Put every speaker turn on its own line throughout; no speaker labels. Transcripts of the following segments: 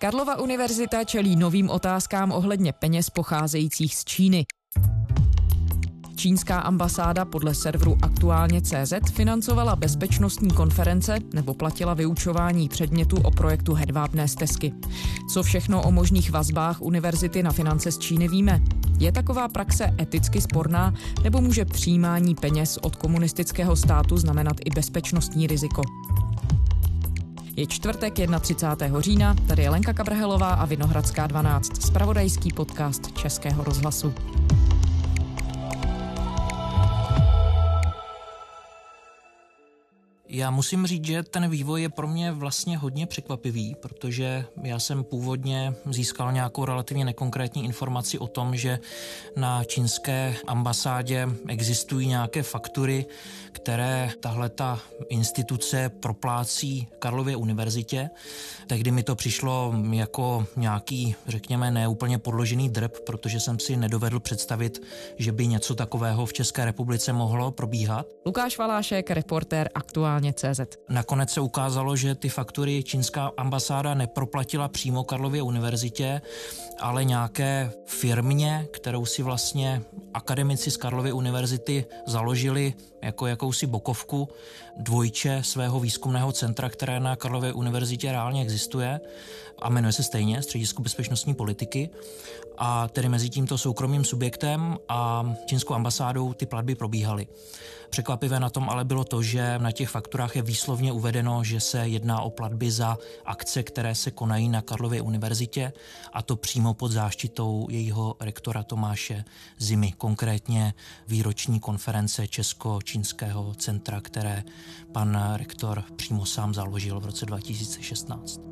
Karlova univerzita čelí novým otázkám ohledně peněz pocházejících z Číny. Čínská ambasáda podle serveru Aktuálně.cz financovala bezpečnostní konference nebo platila vyučování předmětů o projektu Hedvábné stezky. Co všechno o možných vazbách univerzity na finance z Číny víme? Je taková praxe eticky sporná, nebo může přijímání peněz od komunistického státu znamenat i bezpečnostní riziko? Je čtvrtek 31. října, tady je Lenka Kabrhelová a Vinohradská 12, zpravodajský podcast Českého rozhlasu.
Já musím říct, že ten vývoj je pro mě vlastně hodně překvapivý, protože já jsem původně získal nějakou relativně nekonkrétní informaci o tom, že na čínské ambasádě existují nějaké faktury, které tahleta instituce proplácí Karlově univerzitě. Tehdy mi to přišlo jako nějaký, řekněme, neúplně podložený drb, protože jsem si nedovedl představit, že by něco takového v České republice mohlo probíhat.
Lukáš Valášek, reportér Aktuálně.cz.
Nakonec se ukázalo, že ty faktury čínská ambasáda neproplatila přímo Karlově univerzitě, ale nějaké firmě, kterou si vlastně akademici z Karlovy univerzity založili jako jakousi bokovku, dvojče svého výzkumného centra, které na Karlově univerzitě reálně existuje a jmenuje se stejně Středisko bezpečnostní politiky. A tedy mezi tímto soukromým subjektem a čínskou ambasádou ty platby probíhaly. Překvapivé na tom ale bylo to, že na těch fakturách je výslovně uvedeno, že se jedná o platby za akce, které se konají na Karlově univerzitě, a to přímo pod záštitou jejího rektora Tomáše Zimy, konkrétně výroční konference Česko-čínského centra, které pan rektor přímo sám založil v roce 2016.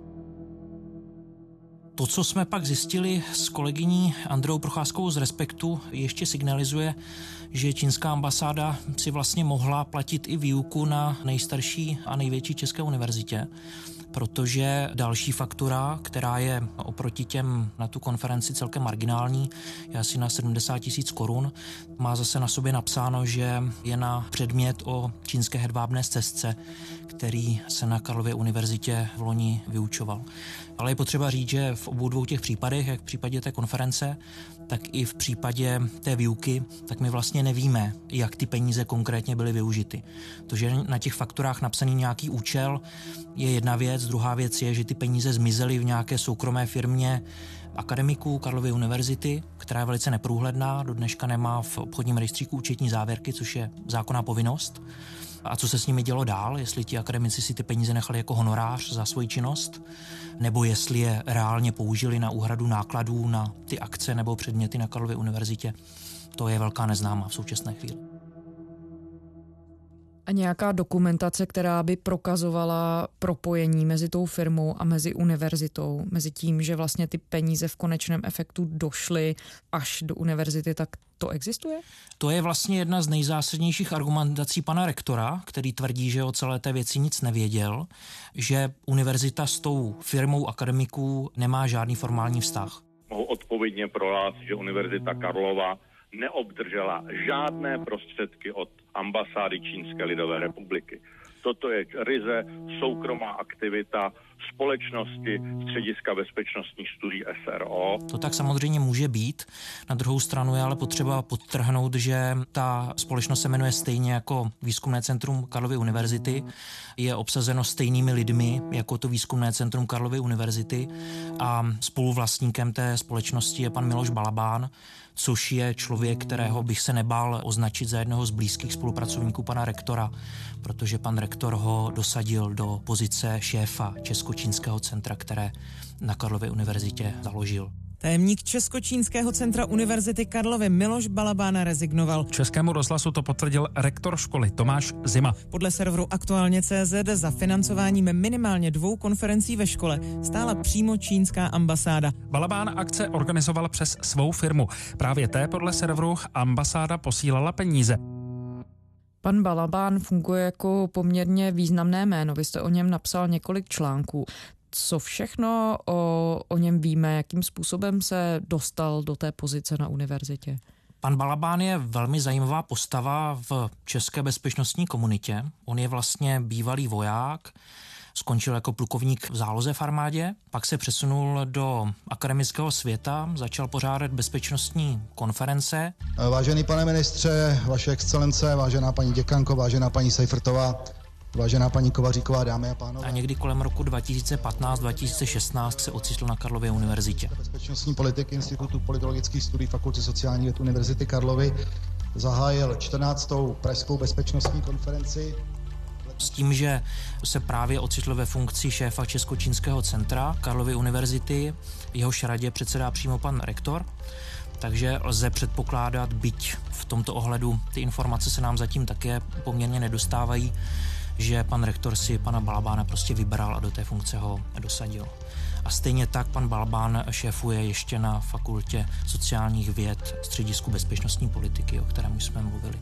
To, co jsme pak zjistili s kolegyní Andreou Procházkovou z Respektu, ještě signalizuje, že čínská ambasáda si vlastně mohla platit i výuku na nejstarší a největší české univerzitě, protože další faktura, která je oproti těm na tu konferenci celkem marginální, je asi na 70 000 korun, má zase na sobě napsáno, že je na předmět o čínské hedvábné stezce, který se na Karlově univerzitě v loni vyučoval. Ale je potřeba říct, že v obou dvou těch případech, jak v případě té konference, tak i v případě té výuky, tak my vlastně nevíme, jak ty peníze konkrétně byly využity. To, že na těch fakturách napsaný nějaký účel, je jedna věc. Druhá věc je, že ty peníze zmizely v nějaké soukromé firmě akademiků Karlovy univerzity, která je velice neprůhledná, do dneška nemá v obchodním rejstříku účetní závěrky, což je zákonná povinnost. A co se s nimi dělo dál, jestli ti akademici si ty peníze nechali jako honorář za svoji činnost, nebo jestli je reálně použili na úhradu nákladů na ty akce nebo předměty na Karlově univerzitě, to je velká neznámá v současné chvíli.
A nějaká dokumentace, která by prokazovala propojení mezi tou firmou a mezi univerzitou, mezi tím, že vlastně ty peníze v konečném efektu došly až do univerzity, tak to existuje?
To je vlastně jedna z nejzásadnějších argumentací pana rektora, který tvrdí, že o celé té věci nic nevěděl, že univerzita s tou firmou akademiků nemá žádný formální vztah.
Mohu odpovědně prohlásit, že Univerzita Karlova neobdržela žádné prostředky od ambasády Čínské lidové republiky. Toto je ryze soukromá aktivita společnosti Střediska bezpečnostních studií SRO.
To tak samozřejmě může být. Na druhou stranu je ale potřeba podtrhnout, že ta společnost se jmenuje stejně jako Výzkumné centrum Karlovy univerzity, je obsazeno stejnými lidmi jako to Výzkumné centrum Karlovy univerzity a spoluvlastníkem té společnosti je pan Miloš Balabán, což je člověk, kterého bych se nebál označit za jednoho z blízkých spolupracovníků pana rektora, protože pan rektor ho dosadil do pozice šéfa Česko-čínského centra, které na Karlově univerzitě založil.
Tajemník Česko-čínského centra Univerzity Karlovy Miloš Balabán rezignoval.
Českému rozhlasu to potvrdil rektor školy Tomáš Zima.
Podle serveru Aktuálně.cz za financováním minimálně 2 konferencí ve škole stála přímo čínská ambasáda.
Balabán akce organizoval přes svou firmu. Právě té podle serveru ambasáda posílala peníze.
Pan Balabán funguje jako poměrně významné jméno. Vy jste o něm napsal několik článků. Co všechno o něm víme, jakým způsobem se dostal do té pozice na univerzitě?
Pan Balabán je velmi zajímavá postava v české bezpečnostní komunitě. On je vlastně bývalý voják, Skončil jako plukovník v záloze v armádě, pak se přesunul do akademického světa, začal pořádat bezpečnostní konference.
Vážený pane ministře, vaše excelence, vážená paní děkanko, vážená paní Seifertová, vážená paní Kovaříková, dámy a pánové.
A někdy kolem roku 2015-2016 se ocitl na Karlově univerzitě.
Bezpečnostní politiky Institutu politologických studií Fakulty sociálních věd Univerzity Karlovy zahájil 14. pražskou bezpečnostní konferenci.
S tím, že se právě ocitl ve funkci šéfa Česko-čínského centra Karlovy univerzity, jehož radě předsedá přímo pan rektor, takže lze předpokládat, byť v tomto ohledu ty informace se nám zatím také poměrně nedostávají, že pan rektor si pana Balabána prostě vybral a do té funkce ho dosadil. A stejně tak pan Balabán šéfuje ještě na Fakultě sociálních věd Středisku bezpečnostní politiky, o kterém už jsme mluvili.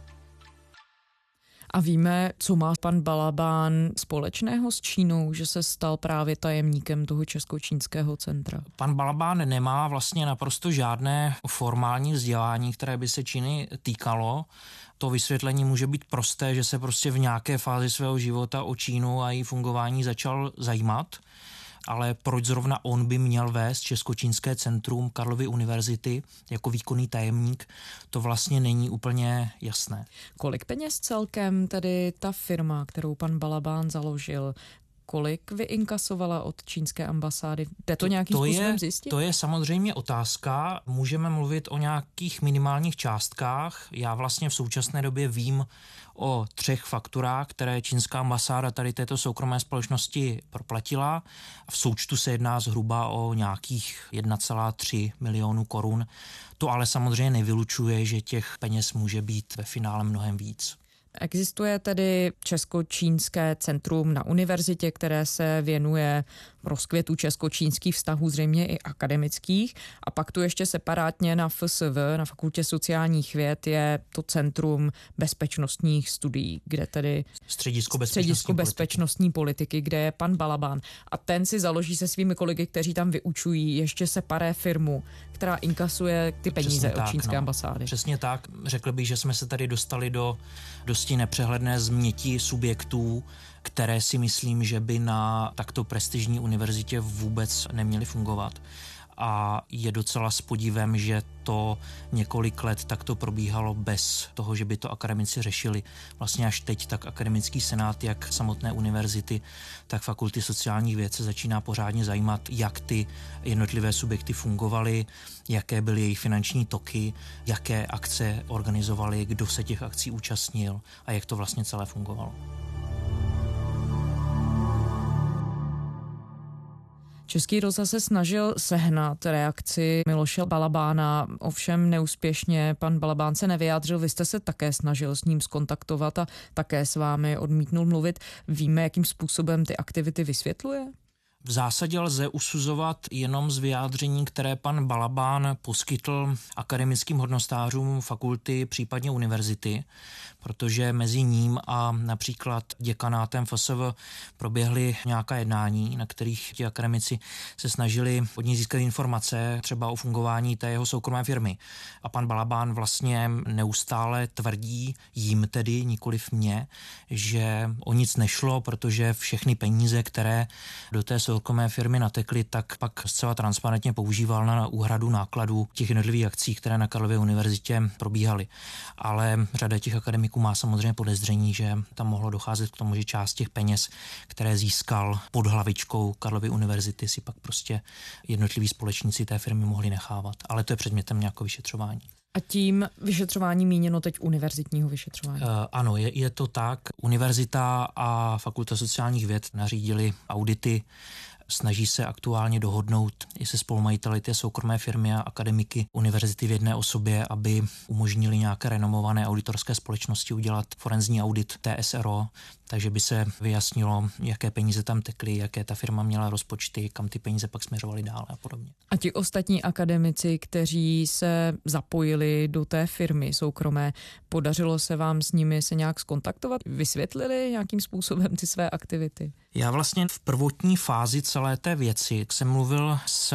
A víme, co má pan Balabán společného s Čínou, že se stal právě tajemníkem toho Česko-čínského centra?
Pan Balabán nemá vlastně naprosto žádné formální vzdělání, které by se Číny týkalo. To vysvětlení může být prosté, že se prostě v nějaké fázi svého života o Čínu a její fungování začal zajímat. Ale proč zrovna on by měl vést Česko-čínské centrum Karlovy univerzity jako výkonný tajemník, to vlastně není úplně jasné.
Kolik peněz celkem tedy ta firma, kterou pan Balabán založil, kolik vyinkasovala od čínské ambasády? Jde to nějakým způsobem zjistit?
To je samozřejmě otázka. Můžeme mluvit o nějakých minimálních částkách. Já vlastně v současné době vím o 3 fakturách, které čínská ambasáda tady této soukromé společnosti proplatila. V součtu se jedná zhruba o nějakých 1,3 milionu korun. To ale samozřejmě nevylučuje, že těch peněz může být ve finále mnohem víc.
Existuje tedy Česko-čínské centrum na univerzitě, které se věnuje rozkvětu česko-čínských vztahů, zřejmě i akademických. A pak tu ještě separátně na FSV, na Fakultě sociálních věd, je to centrum bezpečnostních studií, kde tedy Středisko bezpečnostní politiky, kde je pan Balabán. A ten si založí se svými kolegy, kteří tam vyučují, ještě separé firmu, která inkasuje ty peníze od čínské ambasády.
Přesně tak. Řekl bych, že jsme se tady dostali do dosti nepřehledné změti subjektů, které si myslím, že by na takto prestižní univerzitě vůbec neměly fungovat. A je docela s podivem, že to několik let takto probíhalo bez toho, že by to akademici řešili. Vlastně až teď tak akademický senát, jak samotné univerzity, tak Fakulty sociálních věd se začíná pořádně zajímat, jak ty jednotlivé subjekty fungovaly, jaké byly jejich finanční toky, jaké akce organizovaly, kdo se těch akcí účastnil a jak to vlastně celé fungovalo.
Český rozhlas se snažil sehnat reakci Miloše Balabána, ovšem neúspěšně. Pan Balabán se nevyjádřil, vy jste se také snažil s ním zkontaktovat a také s vámi odmítnul mluvit. Víme, jakým způsobem ty aktivity vysvětluje?
V zásadě lze usuzovat jenom z vyjádření, které pan Balabán poskytl akademickým hodnostářům fakulty, případně univerzity, protože mezi ním a například děkanátem FSV proběhly nějaká jednání, na kterých ti akademici se snažili od něj získat informace třeba o fungování té jeho soukromé firmy. A pan Balabán vlastně neustále tvrdí jim tedy, nikoliv mě, že o nic nešlo, protože všechny peníze, které do té soukromé firmy natekly, tak pak zcela transparentně používal na úhradu nákladů těch jednotlivých akcí, které na Karlově univerzitě probíhaly. Ale řada těch akademiků má samozřejmě podezření, že tam mohlo docházet k tomu, že část těch peněz, které získal pod hlavičkou Karlovy univerzity, si pak prostě jednotliví společníci té firmy mohli nechávat. Ale to je předmětem nějakého vyšetřování.
A tím vyšetřování míněno teď univerzitního vyšetřování?
Ano, je to tak. Univerzita a Fakulta sociálních věd nařídili audity. Snaží se aktuálně dohodnout i se spolumajiteli té soukromé firmy a akademiky univerzity v jedné osobě, aby umožnili nějaké renomované auditorské společnosti udělat forenzní audit TSRO, takže by se vyjasnilo, jaké peníze tam tekly, jaké ta firma měla rozpočty, kam ty peníze pak směřovaly dále a podobně.
A ti ostatní akademici, kteří se zapojili do té firmy soukromé, podařilo se vám s nimi se nějak zkontaktovat? Vysvětlili nějakým způsobem ty své aktivity?
Já vlastně v prvotní fázi celé té věci jsem mluvil s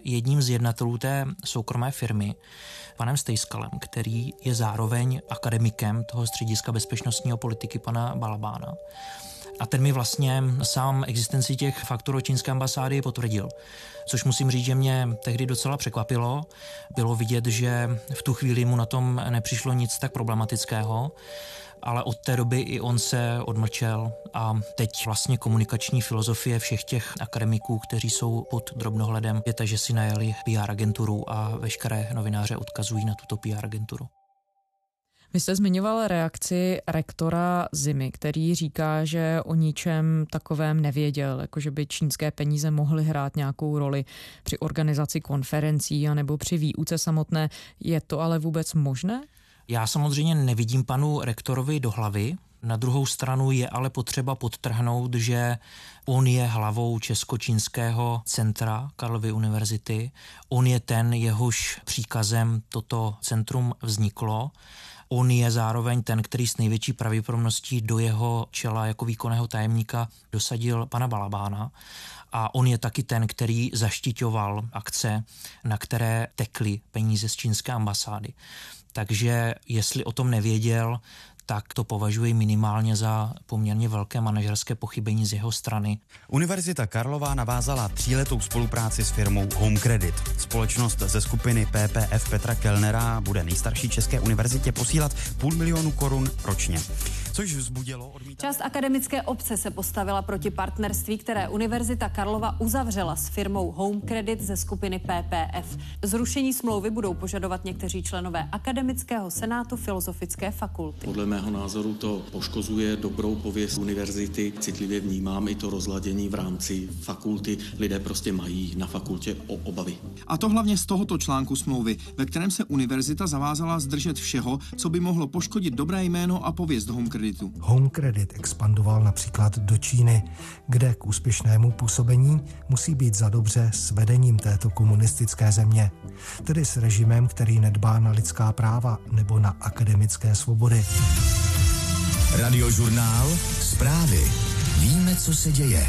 jedním z jednatelů té soukromé firmy, panem Stejskalem, který je zároveň akademikem toho střediska bezpečnostního politiky pana Balabána. A ten mi vlastně sám existenci těch faktur čínské ambasády potvrdil. Což musím říct, že mě tehdy docela překvapilo. Bylo vidět, že v tu chvíli mu na tom nepřišlo nic tak problematického, ale od té doby i on se odmlčel a teď vlastně komunikační filozofie všech těch akademiků, kteří jsou pod drobnohledem, je ta, že si najeli PR agenturu a veškeré novináře odkazují na tuto PR agenturu.
Vy jste zmiňoval reakci rektora Zimy, který říká, že o ničem takovém nevěděl, jakože by čínské peníze mohly hrát nějakou roli při organizaci konferencí anebo při výuce samotné. Je to ale vůbec možné?
Já samozřejmě nevidím panu rektorovi do hlavy. Na druhou stranu je ale potřeba podtrhnout, že on je hlavou Česko-čínského centra Karlovy univerzity. On je ten, jehož příkazem toto centrum vzniklo. On je zároveň ten, který s největší pravděpodobností do jeho čela jako výkonného tajemníka dosadil pana Balabána. A on je taky ten, který zaštiťoval akce, na které tekly peníze z čínské ambasády. Takže jestli o tom nevěděl, tak to považuji minimálně za poměrně velké manažerské pochybení z jeho strany.
Univerzita Karlova navázala 3letou spolupráci s firmou Home Credit. Společnost ze skupiny PPF Petra Kellnera bude nejstarší české univerzitě posílat 500 000 korun ročně. Což vzbudilo odmítání.
Část akademické obce se postavila proti partnerství, které Univerzita Karlova uzavřela s firmou Home Credit ze skupiny PPF. Zrušení smlouvy budou požadovat někteří členové akademického senátu Filozofické fakulty.
Podle mého názoru to poškozuje dobrou pověst univerzity. Citlivě vnímám i to rozladění v rámci fakulty. Lidé prostě mají na fakultě obavy.
A to hlavně z tohoto článku smlouvy, ve kterém se univerzita zavázala zdržet všeho, co by mohlo poškodit dobré jméno a pověst Home Creditu.
Home Credit expandoval například do Číny, kde k úspěšnému působení musí být za dobře s vedením této komunistické země, tedy s režimem, který nedbá na lidská práva nebo na akademické svobody.
Radiožurnál, zprávy. Víme, co se děje.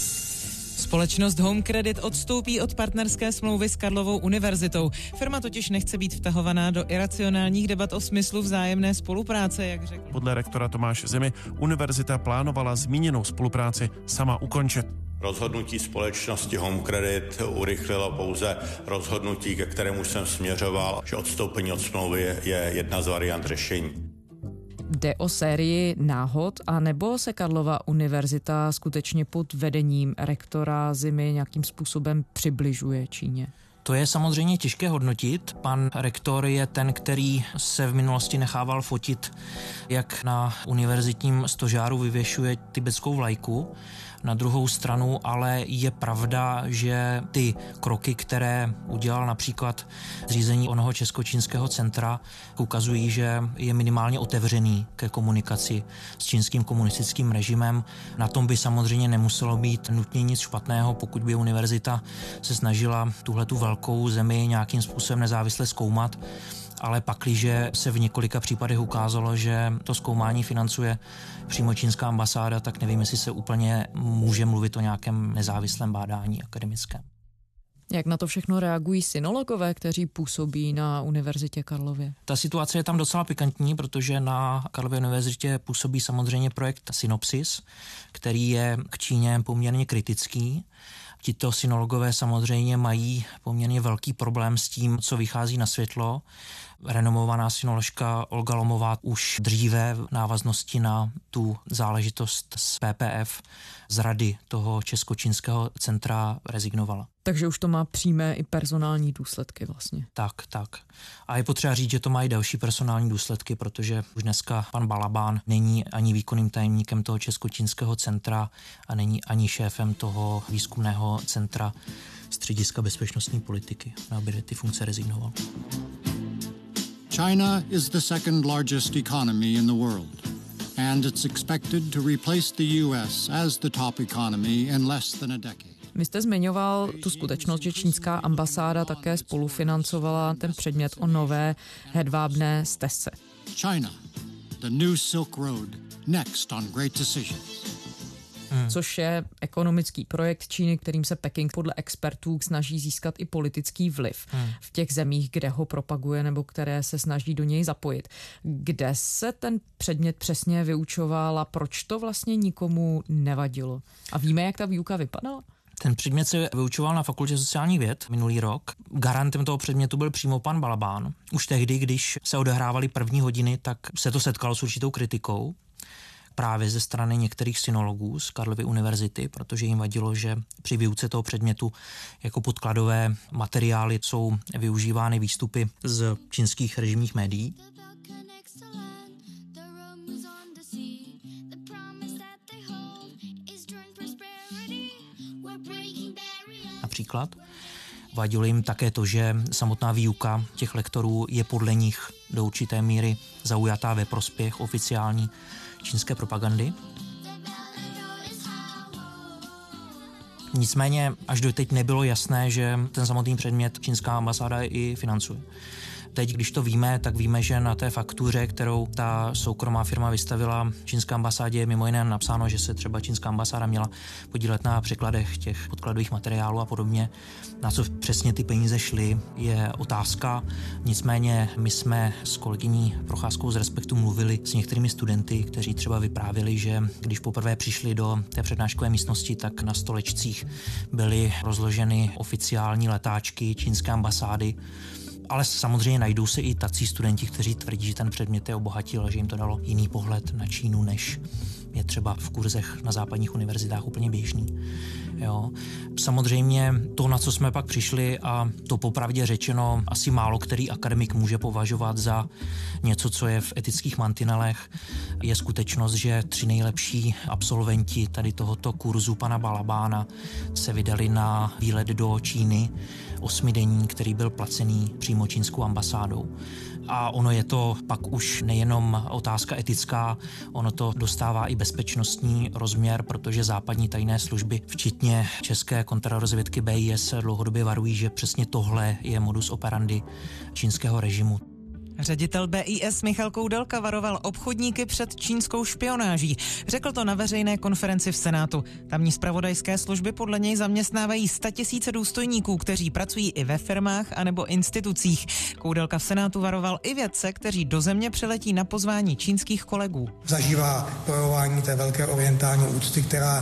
Společnost Home Credit odstoupí od partnerské smlouvy s Karlovou univerzitou. Firma totiž nechce být vtahovaná do iracionálních debat o smyslu vzájemné spolupráce, jak řekl.
Podle rektora Tomáše Zimy univerzita plánovala zmíněnou spolupráci sama ukončit.
Rozhodnutí společnosti Home Credit urychlilo pouze rozhodnutí, ke kterému jsem směřoval, že odstoupení od smlouvy je jedna z variant řešení.
Jde o sérii náhod, a nebo se Karlova univerzita skutečně pod vedením rektora Zimy nějakým způsobem přibližuje Číně?
To je samozřejmě těžké hodnotit. Pan rektor je ten, který se v minulosti nechával fotit, jak na univerzitním stožáru vyvěšuje tibetskou vlajku. Na druhou stranu ale je pravda, že ty kroky, které udělal například zřízení onoho Česko-čínského centra, ukazují, že je minimálně otevřený ke komunikaci s čínským komunistickým režimem. Na tom by samozřejmě nemuselo být nutně nic špatného, pokud by univerzita se snažila tuhletu velkou zemi nějakým způsobem nezávisle zkoumat. Ale pakliže se v několika případech ukázalo, že to zkoumání financuje přímo čínská ambasáda, tak nevím, jestli se úplně může mluvit o nějakém nezávislém bádání akademickém.
Jak na to všechno reagují synologové, kteří působí na Univerzitě Karlově?
Ta situace je tam docela pikantní, protože na Karlově univerzitě působí samozřejmě projekt Synopsis, který je k Číně poměrně kritický. Tito synologové samozřejmě mají poměrně velký problém s tím, co vychází na světlo. Renomovaná synoložka Olga Lomová už dříve v návaznosti na tu záležitost s PPF z rady toho Česko-čínského centra rezignovala.
Takže už to má přímé i personální důsledky vlastně.
Tak. A je potřeba říct, že to má i další personální důsledky, protože už dneska pan Balabán není ani výkonným tajemníkem toho Česko-čínského centra a není ani šéfem toho výzkumného centra střediska bezpečnostní politiky. Na obě ty funkce rezignoval.
China is the second largest economy in the world, and it's expected to replace the US as the top economy in less than a decade.
Vy jste zmiňoval tu skutečnost, že čínská ambasáda také spolufinancovala ten předmět o nové hedvábné stezce.
China, the new Silk Road, next on great decisions.
což je ekonomický projekt Číny, kterým se Peking podle expertů snaží získat i politický vliv v těch zemích, kde ho propaguje nebo které se snaží do něj zapojit. Kde se ten předmět přesně vyučoval a proč to vlastně nikomu nevadilo? A víme, jak ta výuka vypadala?
Ten předmět se vyučoval na Fakultě sociálních věd minulý rok. Garantem toho předmětu byl přímo pan Balabán. Už tehdy, když se odehrávaly první hodiny, tak se to setkalo s určitou kritikou právě ze strany některých synologů z Karlovy univerzity, protože jim vadilo, že při výuce toho předmětu jako podkladové materiály jsou využívány výstupy z čínských režimních médií. Například. Vadilo jim také to, že samotná výuka těch lektorů je podle nich do určité míry zaujatá ve prospěch oficiální čínské propagandy. Nicméně až doteď nebylo jasné, že ten samotný předmět čínská ambasáda i financuje. Teď, když to víme, tak víme, že na té faktuře, kterou ta soukromá firma vystavila čínské ambasádě, je mimo jiné napsáno, že se třeba čínská ambasáda měla podílet na překladech těch podkladových materiálů a podobně. Na co přesně ty peníze šly, je otázka. Nicméně my jsme s kolegyní Procházkou z Respektu mluvili s některými studenty, kteří třeba vyprávěli, že když poprvé přišli do té přednáškové místnosti, tak na stolečcích byly rozloženy oficiální letáčky čínské ambasády. Ale samozřejmě najdou se i tací studenti, kteří tvrdí, že ten předmět je obohatil a že jim to dalo jiný pohled na Čínu, než je třeba v kurzech na západních univerzitách úplně běžný. Jo. Samozřejmě to, na co jsme pak přišli, a to popravdě řečeno asi málo který akademik může považovat za něco, co je v etických mantinelech, je skutečnost, že 3 nejlepší absolventi tady tohoto kurzu pana Balabána se vydali na výlet do Číny 8denní, který byl placený přímo čínskou ambasádou. A ono je to pak už nejenom otázka etická, ono to dostává i bezpečnostní rozměr, protože západní tajné služby, včetně české kontrarozvědky BIS, dlouhodobě varují, že přesně tohle je modus operandi čínského režimu.
Ředitel BIS Michal Koudelka varoval obchodníky před čínskou špionáží. Řekl to na veřejné konferenci v Senátu. Tamní zpravodajské služby podle něj zaměstnávají 100 000 důstojníků, kteří pracují i ve firmách anebo institucích. Koudelka v Senátu varoval i vědce, kteří do země přiletí na pozvání čínských kolegů.
Zažívá projevování té velké orientální úcty,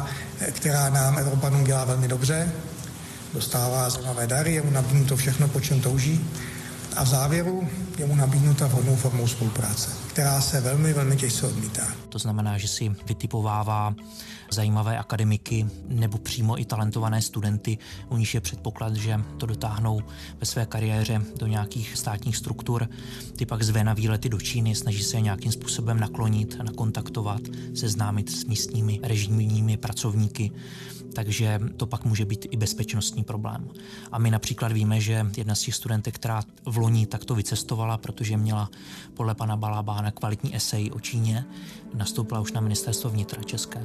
která nám Evropanům dělá velmi dobře. Dostává zajímavé dary, je mu nabídnuto všechno, po čem touží. A v závěru je mu nabídnuta vhodnou formou spolupráce, která se velmi, velmi těžce odmítá.
To znamená, že si vytipovává zajímavé akademiky nebo přímo i talentované studenty, u nich je předpoklad, že to dotáhnou ve své kariéře do nějakých státních struktur. Ty pak zve na výlety do Číny, snaží se nějakým způsobem naklonit, nakontaktovat, seznámit s místními režimními pracovníky. Takže to pak může být i bezpečnostní problém. A my například víme, že jedna z těch studentek, která v loni takto vycestovala, protože měla podle pana Balabána kvalitní esej o Číně, nastoupila už na ministerstvo vnitra české.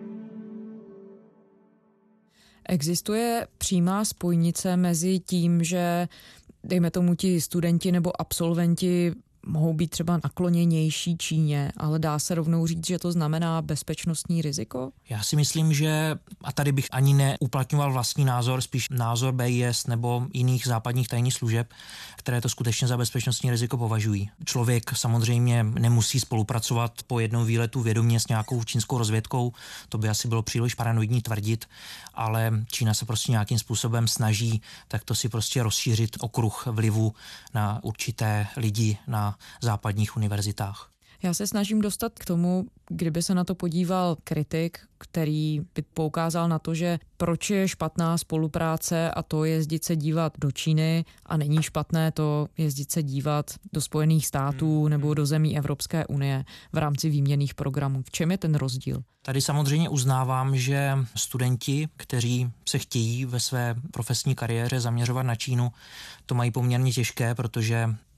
Existuje přímá spojnice mezi tím, že dejme tomu ti studenti nebo absolventi mohou být třeba nakloněnější Číně, ale dá se rovnou říct, že to znamená bezpečnostní riziko?
Já si myslím, že, a tady bych ani neuplatňoval vlastní názor, spíš názor BIS nebo jiných západních tajných služeb, které to skutečně za bezpečnostní riziko považují. Člověk samozřejmě nemusí spolupracovat po jednom výletu vědomě s nějakou čínskou rozvědkou, to by asi bylo příliš paranoidní tvrdit, ale Čína se prostě nějakým způsobem snaží takto si prostě rozšířit okruh vlivu na určité lidi na západních univerzitách.
Já se snažím dostat k tomu, kdyby se na to podíval kritik, který by poukázal na to, že proč je špatná spolupráce a to jezdit se dívat do Číny a není špatné to jezdit se dívat do Spojených států nebo do zemí Evropské unie v rámci výměnných programů. V čem je ten rozdíl?
Tady samozřejmě uznávám, že studenti, kteří se chtějí ve své profesní kariéře zaměřovat na Čínu, to mají poměrně těžké, protože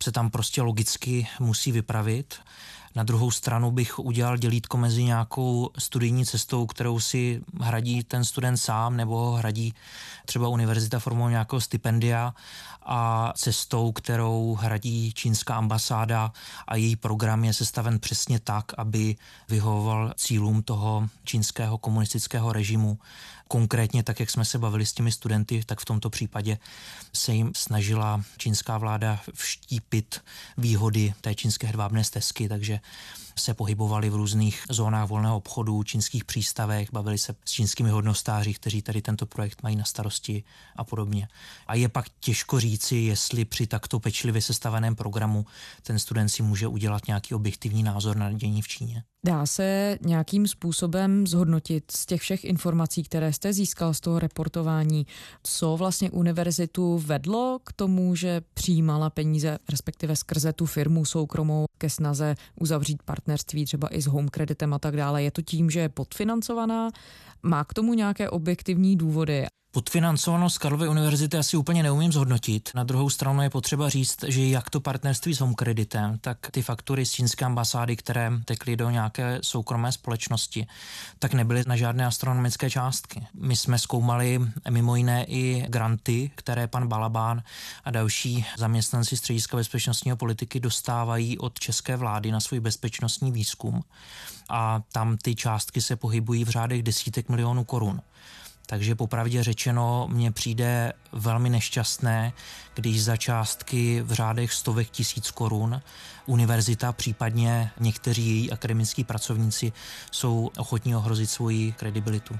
se tam prostě logicky musí vypravit. Na druhou stranu bych udělal dělítko mezi nějakou studijní cestou, kterou si hradí ten student sám nebo hradí třeba univerzita formou nějakého stipendia, a cestou, kterou hradí čínská ambasáda, a její program je sestaven přesně tak, aby vyhovoval cílům toho čínského komunistického režimu. Konkrétně tak, jak jsme se bavili s těmi studenty, tak v tomto případě se jim snažila čínská vláda vštípit výhody té čínské hedvábné stezky, takže se pohybovali v různých zónách volného obchodu, čínských přístavech, bavili se s čínskými hodnostáři, kteří tady tento projekt mají na starosti a podobně. A je pak těžko říci, jestli při takto pečlivě sestaveném programu ten student si může udělat nějaký objektivní názor na dění v Číně.
Dá se nějakým způsobem zhodnotit z těch všech informací, které jste získal z toho reportování, co vlastně univerzitu vedlo k tomu, že přijímala peníze, respektive skrze tu firmu soukromou ke snaze uzavřít partnerství třeba i s Home Creditem a tak dále? Je to tím, že je podfinancovaná? Má k tomu nějaké objektivní důvody?
Podfinancovanost Karlovy univerzity asi úplně neumím zhodnotit. Na druhou stranu je potřeba říct, že jak to partnerství s Home Creditem, tak ty faktury z čínské ambasády, které tekly do nějaké soukromé společnosti, tak nebyly na žádné astronomické částky. My jsme zkoumali mimo jiné i granty, které pan Balabán a další zaměstnanci Střediska bezpečnostní politiky dostávají od české vlády na svůj bezpečnostní výzkum. A tam ty částky se pohybují v řádech desítek milionů korun. Takže popravdě řečeno mně přijde velmi nešťastné, když za částky v řádech stovek tisíc korun univerzita, případně někteří její akademickí pracovníci jsou ochotní ohrozit svoji kredibilitu.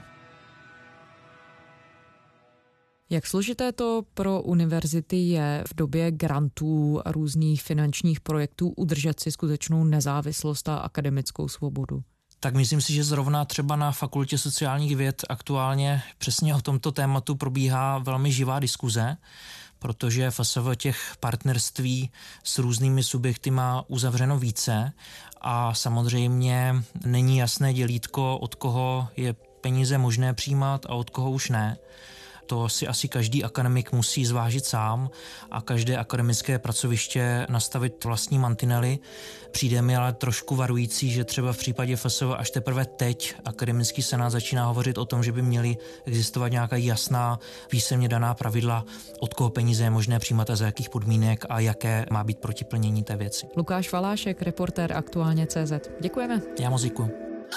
Jak složité to pro univerzity je v době grantů a různých finančních projektů udržet si skutečnou nezávislost a akademickou svobodu?
Tak myslím si, že zrovna třeba na Fakultě sociálních věd aktuálně přesně o tomto tématu probíhá velmi živá diskuze, protože FSV těch partnerství s různými subjekty má uzavřeno více a samozřejmě není jasné dělítko, od koho je peníze možné přijímat a od koho už ne. To si asi každý akademik musí zvážit sám a každé akademické pracoviště nastavit vlastní mantinely. Přijde mi ale trošku varující, že třeba v případě FSV až teprve teď akademický senát začíná hovořit o tom, že by měly existovat nějaká jasná písemně daná pravidla, od koho peníze je možné přijímat a za jakých podmínek a jaké má být protiplnění té věci.
Lukáš Valášek, reportér Aktuálně.cz. Děkujeme.
Já moc děkuji.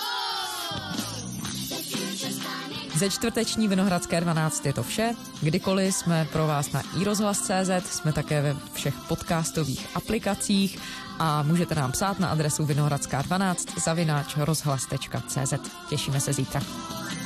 Ze čtvrteční Vinohradské 12 je to vše. Kdykoliv jsme pro vás na iRozhlas.cz, jsme také ve všech podcastových aplikacích a můžete nám psát na adresu vinohradská12 @rozhlas.cz. Těšíme se zítra.